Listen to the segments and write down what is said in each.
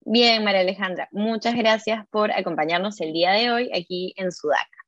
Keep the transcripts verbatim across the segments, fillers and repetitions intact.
Bien, María Alejandra, muchas gracias por acompañarnos el día de hoy aquí en Sudaca.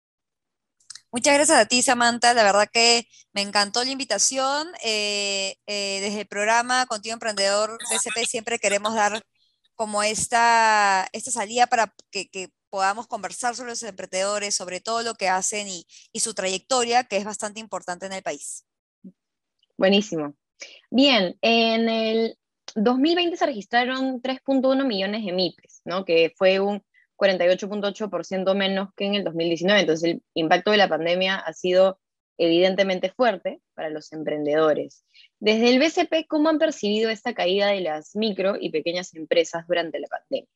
Muchas gracias a ti, Samantha. La verdad que me encantó la invitación. Eh, eh, desde el programa Contigo Emprendedor B C P siempre queremos dar como esta, esta salida para que, que podamos conversar sobre los emprendedores, sobre todo lo que hacen y, y su trayectoria, que es bastante importante en el país. Buenísimo. Bien, en el dos mil veinte se registraron tres punto uno millones de MIPES, ¿no? Que fue un cuarenta y ocho punto ocho por ciento menos que en el dos mil diecinueve. Entonces, el impacto de la pandemia ha sido evidentemente fuerte para los emprendedores. Desde el B C P, ¿cómo han percibido esta caída de las micro y pequeñas empresas durante la pandemia?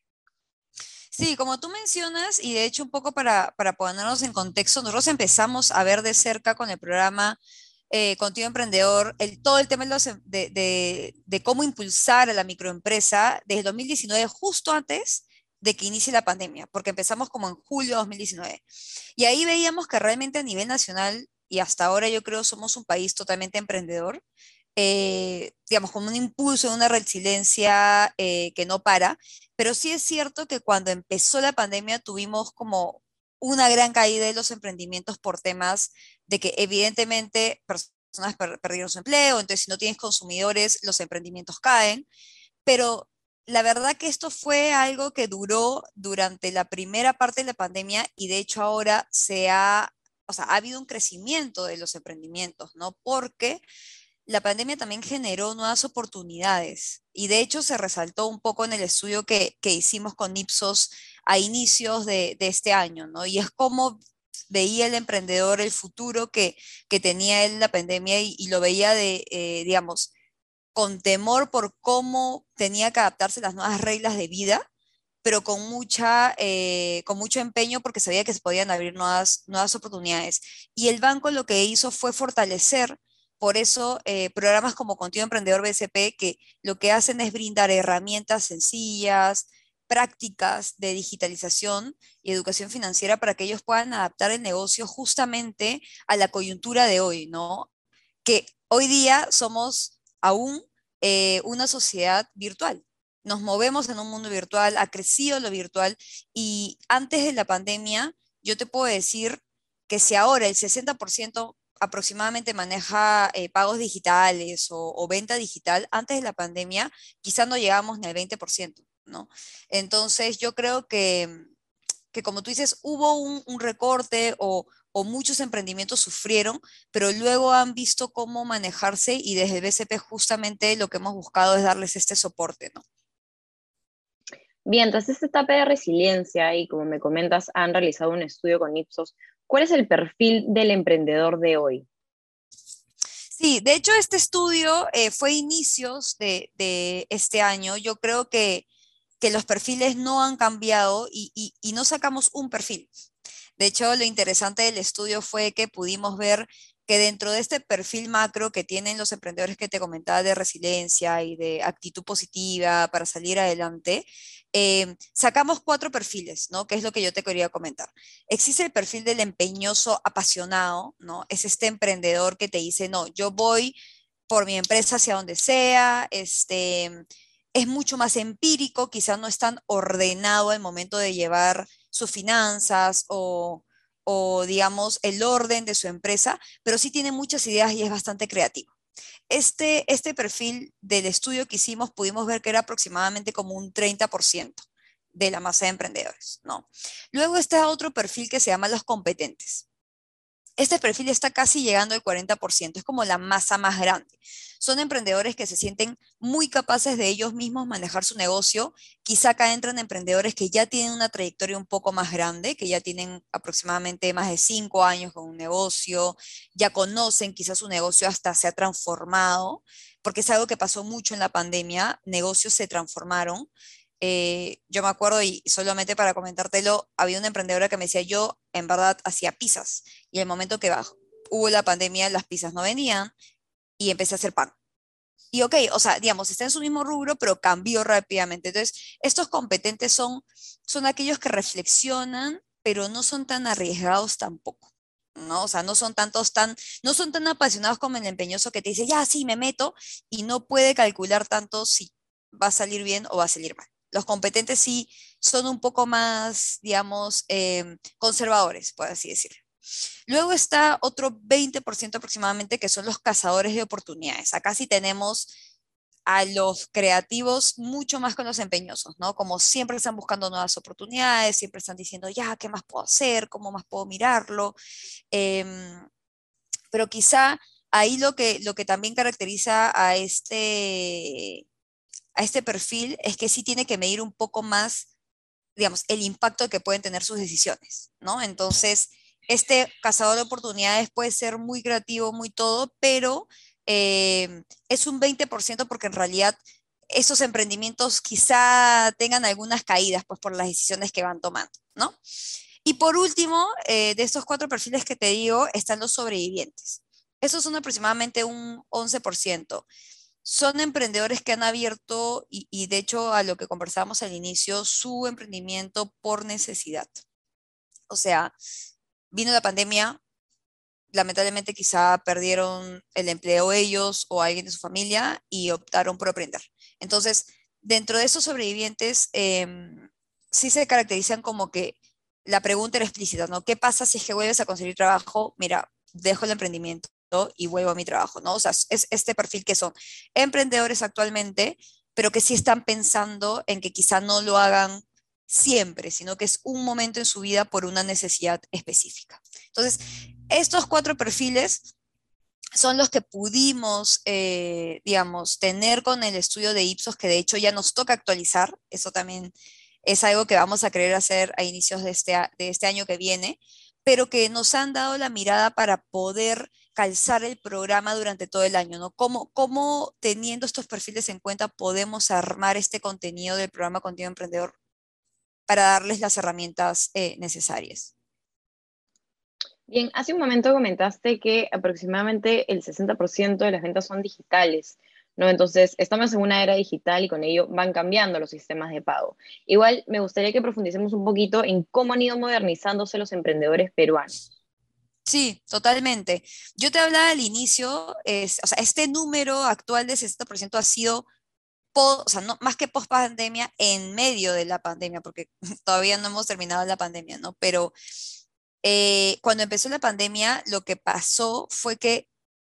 Sí, como tú mencionas, y de hecho un poco para, para ponernos en contexto, nosotros empezamos a ver de cerca con el programa eh, Contigo Emprendedor el, todo el tema de, los em- de, de- de cómo impulsar a la microempresa desde el dos mil diecinueve, justo antes de que inicie la pandemia, porque empezamos como en julio de dos mil diecinueve. Y ahí veíamos que realmente a nivel nacional, y hasta ahora yo creo somos un país totalmente emprendedor, eh, digamos, con un impulso, una resiliencia eh, que no para, pero sí es cierto que cuando empezó la pandemia tuvimos como una gran caída de los emprendimientos por temas de que evidentemente personas per- perdieron su empleo, entonces si no tienes consumidores, los emprendimientos caen, pero la verdad que esto fue algo que duró durante la primera parte de la pandemia y de hecho ahora se ha, o sea, ha habido un crecimiento de los emprendimientos, ¿no? Porque la pandemia también generó nuevas oportunidades y de hecho se resaltó un poco en el estudio que, que hicimos con Ipsos a inicios de, de este año, ¿no? Y es como veía el emprendedor el futuro que, que tenía él la pandemia y, y lo veía de, eh, digamos, con temor por cómo tenía que adaptarse a las nuevas reglas de vida, pero con mucha, eh, con mucho empeño porque sabía que se podían abrir nuevas, nuevas oportunidades. Y el banco lo que hizo fue fortalecer, por eso, eh, programas como Contigo Emprendedor B S P, que lo que hacen es brindar herramientas sencillas, prácticas de digitalización y educación financiera para que ellos puedan adaptar el negocio justamente a la coyuntura de hoy, ¿no? Que hoy día somos aún eh, una sociedad virtual. Nos movemos en un mundo virtual, ha crecido lo virtual y antes de la pandemia, yo te puedo decir que si ahora el sesenta por ciento aproximadamente maneja eh, pagos digitales o, o venta digital, antes de la pandemia quizás no llegamos ni al veinte por ciento, ¿no? Entonces yo creo que que como tú dices, hubo un, un recorte o, o muchos emprendimientos sufrieron, pero luego han visto cómo manejarse y desde el B C P justamente lo que hemos buscado es darles este soporte, ¿no? Bien, tras esta etapa de resiliencia y como me comentas, han realizado un estudio con Ipsos. ¿Cuál es el perfil del emprendedor de hoy? Sí, de hecho este estudio eh, fue inicios de, de este año. Yo creo que, que los perfiles no han cambiado y, y y no sacamos un perfil. De hecho, lo interesante del estudio fue que pudimos ver que dentro de este perfil macro que tienen los emprendedores que te comentaba de resiliencia y de actitud positiva para salir adelante, eh, sacamos cuatro perfiles, ¿no? Que es lo que yo te quería comentar. Existe el perfil del empeñoso apasionado, ¿no? Es este emprendedor que te dice, no, yo voy por mi empresa hacia donde sea, este, es mucho más empírico, quizás no es tan ordenado al momento de llevar sus finanzas o, o, digamos, el orden de su empresa, pero sí tiene muchas ideas y es bastante creativo. Este, este perfil del estudio que hicimos pudimos ver que era aproximadamente como un treinta por ciento de la masa de emprendedores, ¿no? Luego está otro perfil que se llama los competentes. Este perfil está casi llegando al cuarenta por ciento, es como la masa más grande. Son emprendedores que se sienten muy capaces de ellos mismos manejar su negocio. Quizá acá entran emprendedores que ya tienen una trayectoria un poco más grande, que ya tienen aproximadamente más de cinco años con un negocio, ya conocen, quizás su negocio hasta se ha transformado, porque es algo que pasó mucho en la pandemia, negocios se transformaron. Eh, yo me acuerdo, y solamente para comentártelo, había una emprendedora que me decía, yo en verdad hacía pizzas y el momento que bajó, hubo la pandemia, las pizzas no venían y empecé a hacer pan. Y ok, o sea, digamos, está en su mismo rubro, pero cambió rápidamente. Entonces, estos competentes son, son aquellos que reflexionan, pero no son tan arriesgados tampoco. ¿No? O sea, no son tantos tan, no son tan apasionados como el empeñoso que te dice, ya, sí, me meto, y no puede calcular tanto si va a salir bien o va a salir mal. Los competentes sí son un poco más, digamos, eh, conservadores, por así decirlo. Luego está otro veinte por ciento aproximadamente que son los cazadores de oportunidades. Acá sí tenemos a los creativos mucho más con los empeñosos, ¿no? Como siempre están buscando nuevas oportunidades, siempre están diciendo, ya, ¿qué más puedo hacer? ¿Cómo más puedo mirarlo? Em, pero quizá ahí lo que, lo que también caracteriza a este, a este perfil es que sí tiene que medir un poco más, digamos, el impacto que pueden tener sus decisiones, ¿no? Entonces, este cazador de oportunidades puede ser muy creativo, muy todo, pero eh, es un veinte por ciento porque en realidad esos emprendimientos quizá tengan algunas caídas, pues por las decisiones que van tomando, ¿no? Y por último, eh, de estos cuatro perfiles que te digo, están los sobrevivientes. Esos son aproximadamente un once por ciento. Son emprendedores que han abierto, y, y de hecho a lo que conversábamos al inicio, su emprendimiento por necesidad. O sea, vino la pandemia, lamentablemente quizá perdieron el empleo ellos o alguien de su familia y optaron por aprender. Entonces, dentro de esos sobrevivientes, em, sí se caracterizan como que la pregunta era explícita, ¿no? ¿Qué pasa si es que vuelves a conseguir trabajo? Mira, dejo el emprendimiento y vuelvo a mi trabajo, ¿no? O sea, es este perfil que son emprendedores actualmente, pero que sí están pensando en que quizá no lo hagan siempre, sino que es un momento en su vida por una necesidad específica. Entonces, estos cuatro perfiles son los que pudimos, eh, digamos, tener con el estudio de Ipsos, que de hecho ya nos toca actualizar. Eso también es algo que vamos a querer hacer a inicios de este, a- de este año que viene, pero que nos han dado la mirada para poder calzar el programa durante todo el año, ¿no? ¿Cómo, cómo teniendo estos perfiles en cuenta podemos armar este contenido del programa Contigo Emprendedor para darles las herramientas eh, necesarias? Bien, hace un momento comentaste que aproximadamente el sesenta por ciento de las ventas son digitales, ¿no? Entonces, estamos en una era digital y con ello van cambiando los sistemas de pago. Igual me gustaría que profundicemos un poquito en cómo han ido modernizándose los emprendedores peruanos. Sí, totalmente. Yo te hablaba al inicio, es, o sea, este número actual de sesenta por ciento ha sido, po- o sea, no, más que post pandemia, en medio de la pandemia, porque todavía no hemos terminado la pandemia, ¿no? Pero eh, cuando empezó la pandemia, lo que pasó fue que,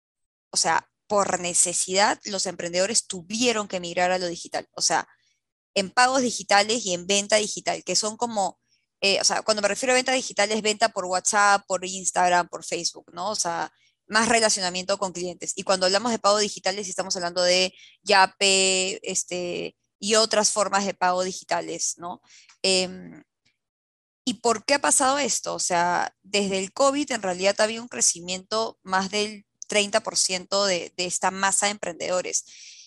o sea, por necesidad, los emprendedores tuvieron que migrar a lo digital. O sea, en pagos digitales y en venta digital, que son como, eh, o sea, cuando me refiero a venta digital es venta por WhatsApp, por Instagram, por Facebook, ¿no? O sea, más relacionamiento con clientes. Y cuando hablamos de pagos digitales, estamos hablando de Yape, este, y otras formas de pago digitales, ¿no? Em, ¿Y por qué ha pasado esto? O sea, desde el COVID en realidad ha habido un crecimiento más del treinta por ciento de, de esta masa de emprendedores.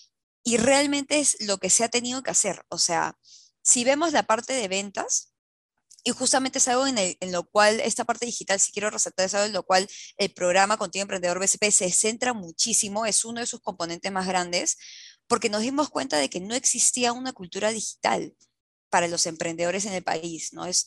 Y realmente es lo que se ha tenido que hacer. O sea, si vemos la parte de ventas, y justamente es algo en, el- en lo cual esta parte digital, si quiero resaltar, es algo en lo cual el programa Contigo Emprendedor B C P se centra muchísimo, es uno de sus componentes más grandes, porque nos dimos cuenta de que no existía una cultura digital para los emprendedores en el país, ¿no? Es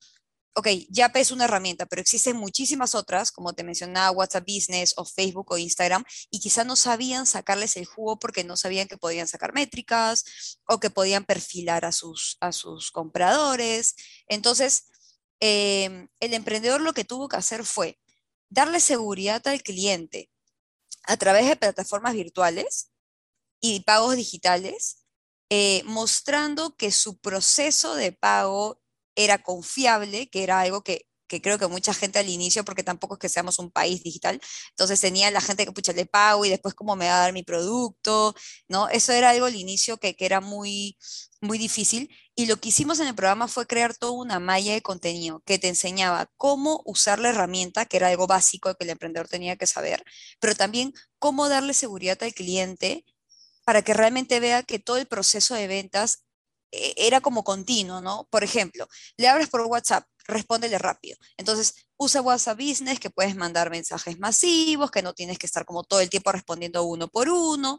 ok, Yape es una herramienta, pero existen muchísimas otras, como te mencionaba, WhatsApp Business o Facebook o Instagram, y quizá no sabían sacarles el jugo porque no sabían que podían sacar métricas o que podían perfilar a sus, a sus compradores. Entonces, em, el emprendedor lo que tuvo que hacer fue darle seguridad al cliente a través de plataformas virtuales y pagos digitales, eh, mostrando que su proceso de pago era confiable, que era algo que, que creo que mucha gente al inicio, porque tampoco es que seamos un país digital, entonces tenía la gente que, pucha, le pago y después cómo me va a dar mi producto, ¿no? Eso era algo al inicio que, que era muy, muy difícil. Y lo que hicimos en el programa fue crear toda una malla de contenido que te enseñaba cómo usar la herramienta, que era algo básico que el emprendedor tenía que saber, pero también cómo darle seguridad al cliente para que realmente vea que todo el proceso de ventas eh, era como continuo, ¿no? Por ejemplo, le abres por WhatsApp, respóndele rápido. Entonces, usa WhatsApp Business, que puedes mandar mensajes masivos, que no tienes que estar como todo el tiempo respondiendo uno por uno,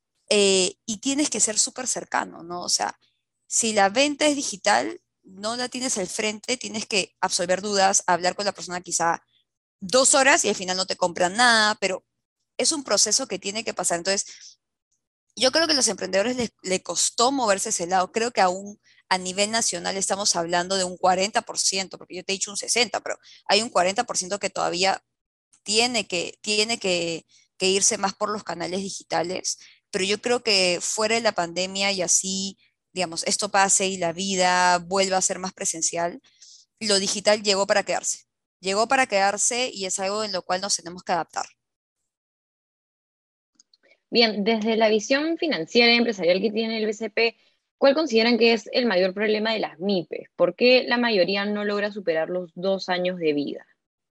eh, y tienes que ser súper cercano, ¿no? O sea, si la venta es digital, no la tienes al frente, tienes que absolver dudas, hablar con la persona quizá dos horas y al final no te compran nada, pero es un proceso que tiene que pasar. Entonces, yo creo que a los emprendedores les, le costó moverse ese lado. Creo que aún a nivel nacional estamos hablando de un cuarenta por ciento, porque yo te he dicho un sesenta por ciento, pero hay un cuarenta por ciento que todavía tiene que, tiene que, que irse más por los canales digitales, pero yo creo que fuera de la pandemia y así, digamos, esto pase y la vida vuelva a ser más presencial, lo digital llegó para quedarse. Llegó para quedarse y es algo en lo cual nos tenemos que adaptar. Bien, desde la visión financiera y empresarial que tiene el B C P, ¿cuál consideran que es el mayor problema de las MIPES? ¿Por qué la mayoría no logra superar los dos años de vida?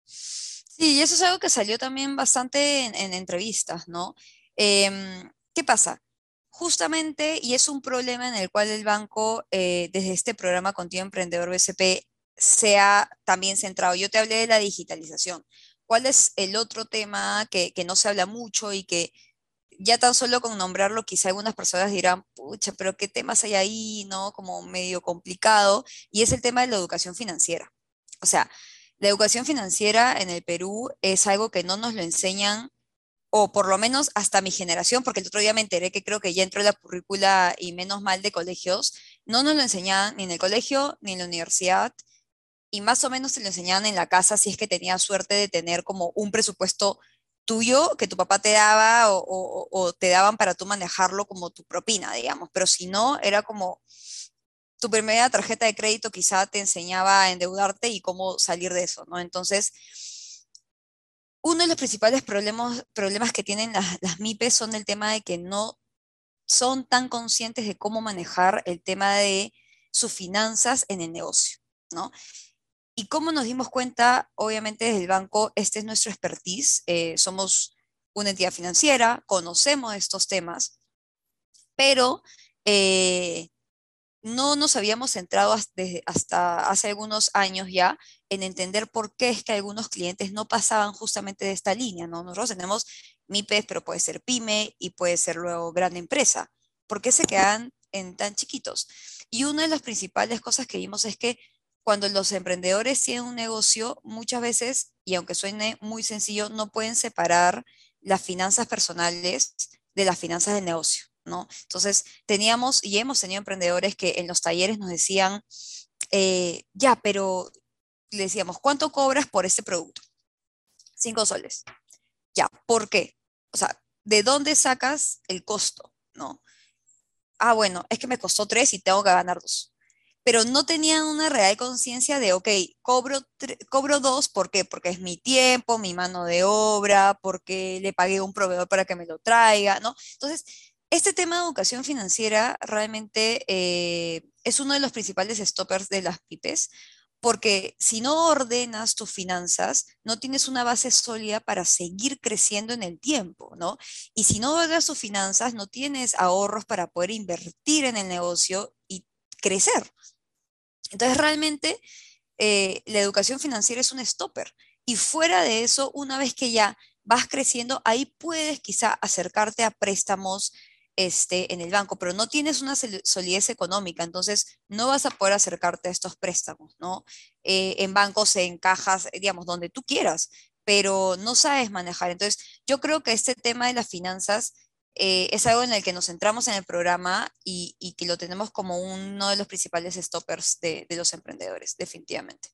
Sí, y eso es algo que salió también bastante en, en entrevistas, ¿no? Em, ¿qué pasa? Justamente, y es un problema en el cual el banco, eh, desde este programa Contigo Emprendedor B C P, se ha también centrado. Yo te hablé de la digitalización. ¿Cuál es el otro tema que, que no se habla mucho y que ya tan solo con nombrarlo, quizá algunas personas dirán, pucha, pero qué temas hay ahí, ¿no? Como medio complicado, y es el tema de la educación financiera. O sea, la educación financiera en el Perú es algo que no nos lo enseñan, o por lo menos hasta mi generación, porque el otro día me enteré que creo que ya entró en la currícula y menos mal de colegios, no nos lo enseñaban ni en el colegio ni en la universidad, y más o menos te lo enseñaban en la casa si es que tenías suerte de tener como un presupuesto tuyo que tu papá te daba o, o- o te daban para tú manejarlo como tu propina, digamos. Pero si no, era como tu primera tarjeta de crédito quizá te enseñaba a endeudarte y cómo salir de eso, ¿no? Entonces, uno de los principales problemas, problemas que tienen las, las MIPES son el tema de que no son tan conscientes de cómo manejar el tema de sus finanzas en el negocio, ¿no? ¿Y cómo nos dimos cuenta? Obviamente desde el banco, este es nuestro expertise, eh, somos una entidad financiera, conocemos estos temas, pero eh, no nos habíamos centrado has- desde- hasta hace algunos años ya en entender por qué es que algunos clientes no pasaban justamente de esta línea, ¿no? Nosotros tenemos MIPES, pero puede ser pyme y puede ser luego gran empresa. ¿Por qué se quedan en tan chiquitos? Y una de las principales cosas que vimos es que cuando los emprendedores tienen un negocio, muchas veces, y aunque suene muy sencillo, no pueden separar las finanzas personales de las finanzas del negocio, ¿no? Entonces, teníamos y hemos tenido emprendedores que en los talleres nos decían, eh, ya, pero le decíamos, ¿cuánto cobras por este producto? Cinco soles. Ya, ¿por qué? O sea, ¿de dónde sacas el costo? ¿No? Ah, bueno, es que me costó tres y tengo que ganar dos. Pero no tenían una real conciencia de, ok, cobro, tre- cobro dos, ¿por qué? Porque es mi tiempo, mi mano de obra, porque le pagué a un proveedor para que me lo traiga, ¿no? Entonces, este tema de educación financiera realmente eh, es uno de los principales stoppers de las pymes, porque si no ordenas tus finanzas, no tienes una base sólida para seguir creciendo en el tiempo, ¿no? Y si no ordenas tus finanzas, no tienes ahorros para poder invertir en el negocio y crecer. Entonces, realmente eh, la educación financiera es un stopper. Y fuera de eso, una vez que ya vas creciendo, ahí puedes quizá acercarte a préstamos este, en el banco, pero no tienes una sol- solidez económica, entonces no vas a poder acercarte a estos préstamos, ¿no? Eh, en bancos, en cajas, eh, digamos, donde tú quieras, pero no sabes manejar. Entonces, yo creo que este tema de las finanzas eh, es algo en el que nos centramos en el programa y, y que lo tenemos como uno de los principales stoppers de, de los emprendedores, definitivamente.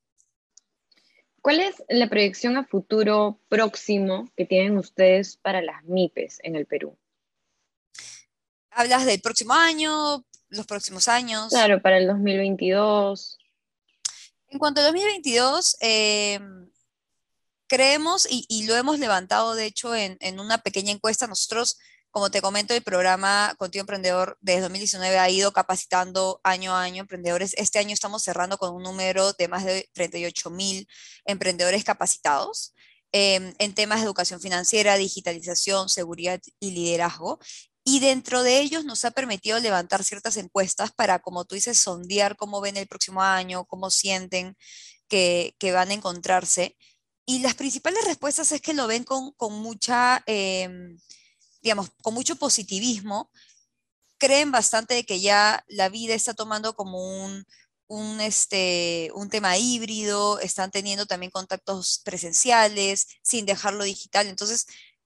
¿Cuál es la proyección a futuro próximo que tienen ustedes para las MIPES en el Perú? ¿Hablas del próximo año, los próximos años? Claro, para el dos mil veintidós. En cuanto a dos mil veintidós, eh, creemos y, y lo hemos levantado, de hecho, en, en una pequeña encuesta. Nosotros, como te comento, el programa Contigo Emprendedor desde dos mil diecinueve ha ido capacitando año a año emprendedores. Este año estamos cerrando con un número de más de treinta y ocho mil emprendedores capacitados em, en temas de educación financiera, digitalización, seguridad y liderazgo. Y dentro de ellos nos ha permitido levantar ciertas encuestas para, como tú dices, sondear cómo ven el próximo año, cómo sienten que, que van a encontrarse. Y las principales respuestas es que lo ven con, con mucha, em, digamos, con mucho positivismo. Creen bastante de que ya la vida está tomando como un, un, este, un tema híbrido, están teniendo también contactos presenciales sin dejarlo digital. Entonces,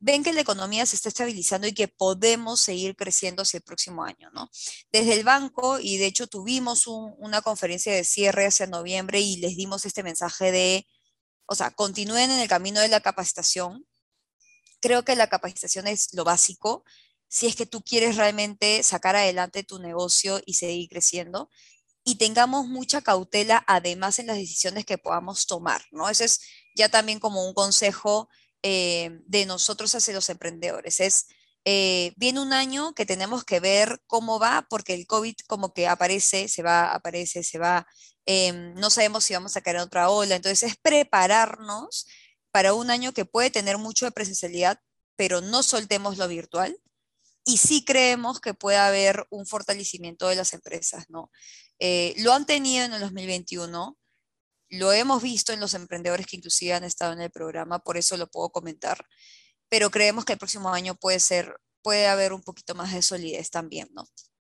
ven que la economía se está estabilizando y que podemos seguir creciendo hacia el próximo año, ¿no? Desde el banco, y de hecho tuvimos un- una conferencia de cierre hace noviembre y les dimos este mensaje de, o sea, continúen en el camino de la capacitación. Creo que la capacitación es lo básico si es que tú quieres realmente sacar adelante tu negocio y seguir creciendo, y tengamos mucha cautela además en las decisiones que podamos tomar, ¿no? Ese es ya también como un consejo eh, de nosotros hacia los emprendedores. Es, eh, viene un año que tenemos que ver cómo va, porque el COVID como que aparece, se va, aparece, se va. Em, no sabemos si vamos a caer en otra ola. Entonces es prepararnos para un año que puede tener mucho de presencialidad, pero no soltemos lo virtual. Y sí creemos que puede haber un fortalecimiento de las empresas, ¿no? Eh, lo han tenido en el dos mil veintiuno, lo hemos visto en los emprendedores que inclusive han estado en el programa, por eso lo puedo comentar, pero creemos que el próximo año puede ser, puede haber un poquito más de solidez también, ¿no?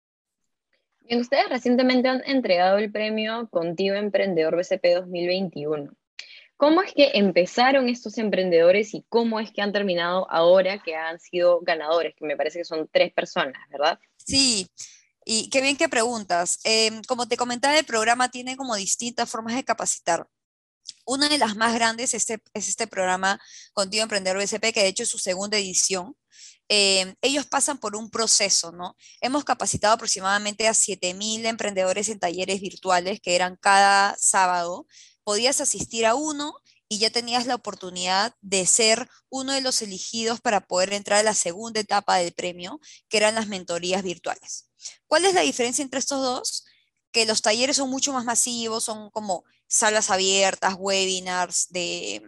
Bien, ustedes recientemente han entregado el premio Contigo Emprendedor B C P dos mil veintiuno. ¿Cómo es que empezaron estos emprendedores y cómo es que han terminado ahora que han sido ganadores? Que me parece que son tres personas, ¿verdad? Sí, y qué bien que preguntas. Em, como te comentaba, el programa tiene como distintas formas de capacitar. Una de las más grandes este, es este programa Contigo Emprendedor B C P, que de hecho es su segunda edición. Eh, ellos pasan por un proceso, ¿no? Hemos capacitado aproximadamente a siete mil emprendedores en talleres virtuales que eran cada sábado. Podías asistir a uno y ya tenías la oportunidad de ser uno de los elegidos para poder entrar a la segunda etapa del premio, que eran las mentorías virtuales. ¿Cuál es la diferencia entre estos dos? Que los talleres son mucho más masivos, son como salas abiertas, webinars de,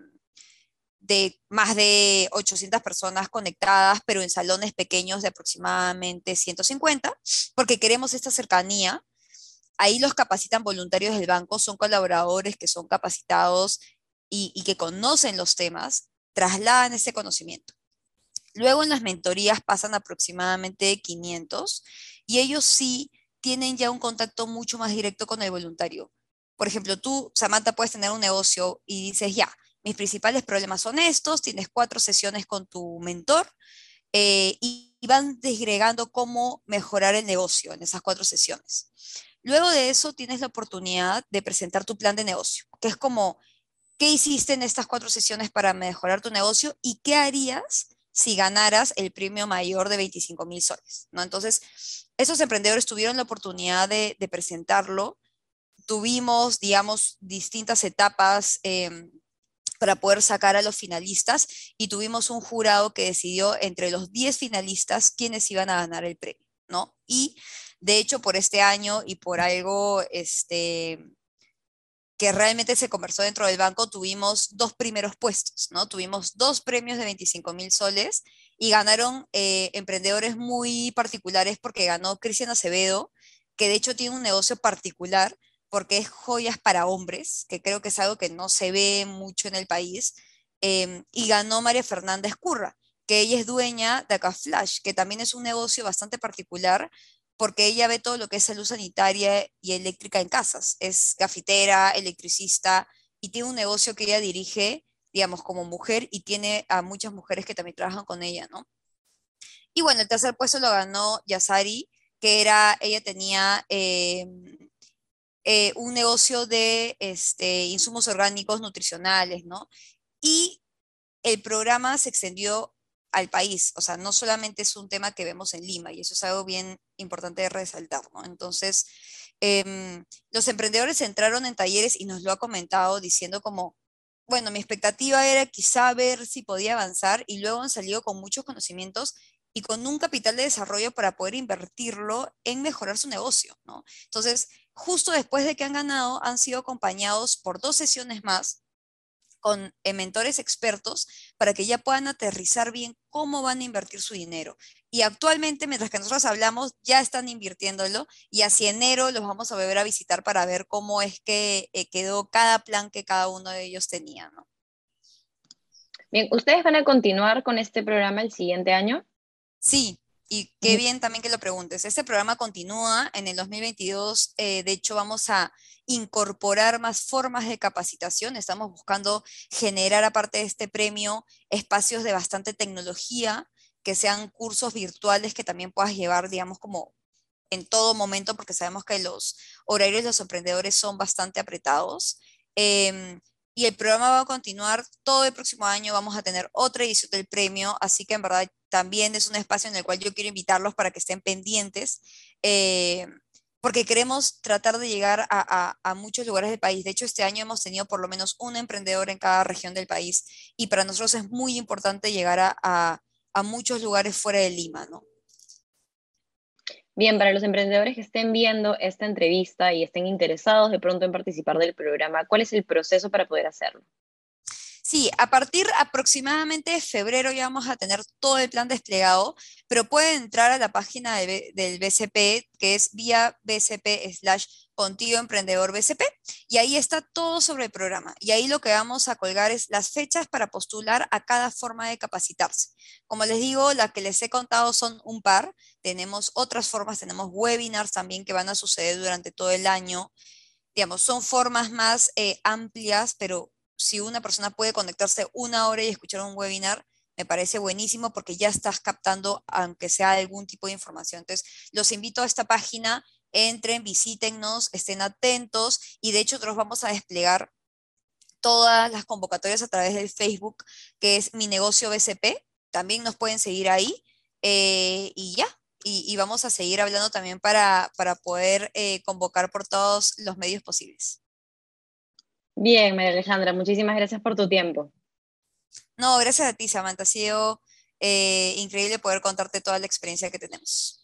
de más de ochocientas personas conectadas, pero en salones pequeños de aproximadamente ciento cincuenta, porque queremos esta cercanía. Ahí los capacitan voluntarios del banco, son colaboradores que son capacitados y, y que conocen los temas, trasladan ese conocimiento. Luego en las mentorías pasan aproximadamente quinientos y ellos sí tienen ya un contacto mucho más directo con el voluntario. Por ejemplo, tú, Samantha, puedes tener un negocio y dices, ya, mis principales problemas son estos, tienes cuatro sesiones con tu mentor eh, y, y van desgregando cómo mejorar el negocio en esas cuatro sesiones. Luego de eso tienes la oportunidad de presentar tu plan de negocio, que es como qué hiciste en estas cuatro sesiones para mejorar tu negocio y qué harías si ganaras el premio mayor de veinticinco mil soles, ¿no? Entonces, esos emprendedores tuvieron la oportunidad de, de presentarlo. Tuvimos, digamos, distintas etapas eh, para poder sacar a los finalistas y tuvimos un jurado que decidió entre los diez finalistas quiénes iban a ganar el premio, ¿no? Y de hecho, por este año y por algo, este, que realmente se conversó dentro del banco, tuvimos dos primeros puestos, ¿no? Tuvimos dos premios de veinticinco mil soles y ganaron eh, emprendedores muy particulares porque ganó Cristian Acevedo, que de hecho tiene un negocio particular porque es joyas para hombres, que creo que es algo que no se ve mucho en el país, eh, y ganó María Fernández Curra, que ella es dueña de Acaflash, que también es un negocio bastante particular porque ella ve todo lo que es salud sanitaria y eléctrica en casas. Es cafetera, electricista y tiene un negocio que ella dirige, digamos, como mujer y tiene a muchas mujeres que también trabajan con ella, ¿no? Y bueno, el tercer puesto lo ganó Yasari, que era, ella tenía eh, eh, un negocio de este, insumos orgánicos nutricionales, ¿no? Y el programa se extendió al país, o sea, no solamente es un tema que vemos en Lima, y eso es algo bien importante de resaltar, ¿no? Entonces, em, los emprendedores entraron en talleres y nos lo ha comentado diciendo como, bueno, mi expectativa era quizá ver si podía avanzar y luego han salido con muchos conocimientos y con un capital de desarrollo para poder invertirlo en mejorar su negocio, ¿no? Entonces, justo después de que han ganado, han sido acompañados por dos sesiones más con eh, mentores expertos para que ya puedan aterrizar bien cómo van a invertir su dinero. Y actualmente, mientras que nosotros hablamos, ya están invirtiéndolo y hacia enero los vamos a volver a visitar para ver cómo es que eh, quedó cada plan que cada uno de ellos tenía, ¿no? Bien, ¿ustedes van a continuar con este programa el siguiente año? Sí, Y qué bien también que lo preguntes. Este programa continúa en el dos mil veintidós. Eh, de hecho, vamos a incorporar más formas de capacitación. Estamos buscando generar, aparte de este premio, espacios de bastante tecnología, que sean cursos virtuales que también puedas llevar, digamos, como en todo momento, porque sabemos que los horarios de los emprendedores son bastante apretados. Em, y el programa va a continuar todo el próximo año. Vamos a tener otra edición del premio, así que en verdad también es un espacio en el cual yo quiero invitarlos para que estén pendientes, eh, porque queremos tratar de llegar a, a- a muchos lugares del país. De hecho, este año hemos tenido por lo menos un emprendedor en cada región del país y para nosotros es muy importante llegar a, a- a muchos lugares fuera de Lima, ¿no? Bien, para los emprendedores que estén viendo esta entrevista y estén interesados de pronto en participar del programa, ¿cuál es el proceso para poder hacerlo? Sí, a partir aproximadamente de febrero ya vamos a tener todo el plan desplegado, pero pueden entrar a la página del, B- del B C P, que es vía B C P slash Contigo Emprendedor B C P, y ahí está todo sobre el programa. Y ahí lo que vamos a colgar es las fechas para postular a cada forma de capacitarse. Como les digo, las que les he contado son un par. Tenemos otras formas, tenemos webinars también que van a suceder durante todo el año. Digamos, son formas más eh, amplias, pero si una persona puede conectarse una hora y escuchar un webinar, me parece buenísimo porque ya estás captando, aunque sea algún tipo de información. Entonces, los invito a esta página, entren, visítennos, estén atentos y de hecho nosotros vamos a desplegar todas las convocatorias a través del Facebook, que es Mi Negocio B C P. También nos pueden seguir ahí eh, y ya. Y, y vamos a seguir hablando también para, para poder eh, convocar por todos los medios posibles. Bien, María Alejandra, muchísimas gracias por tu tiempo. No, gracias a ti, Samantha. Ha sido eh, increíble poder contarte toda la experiencia que tenemos.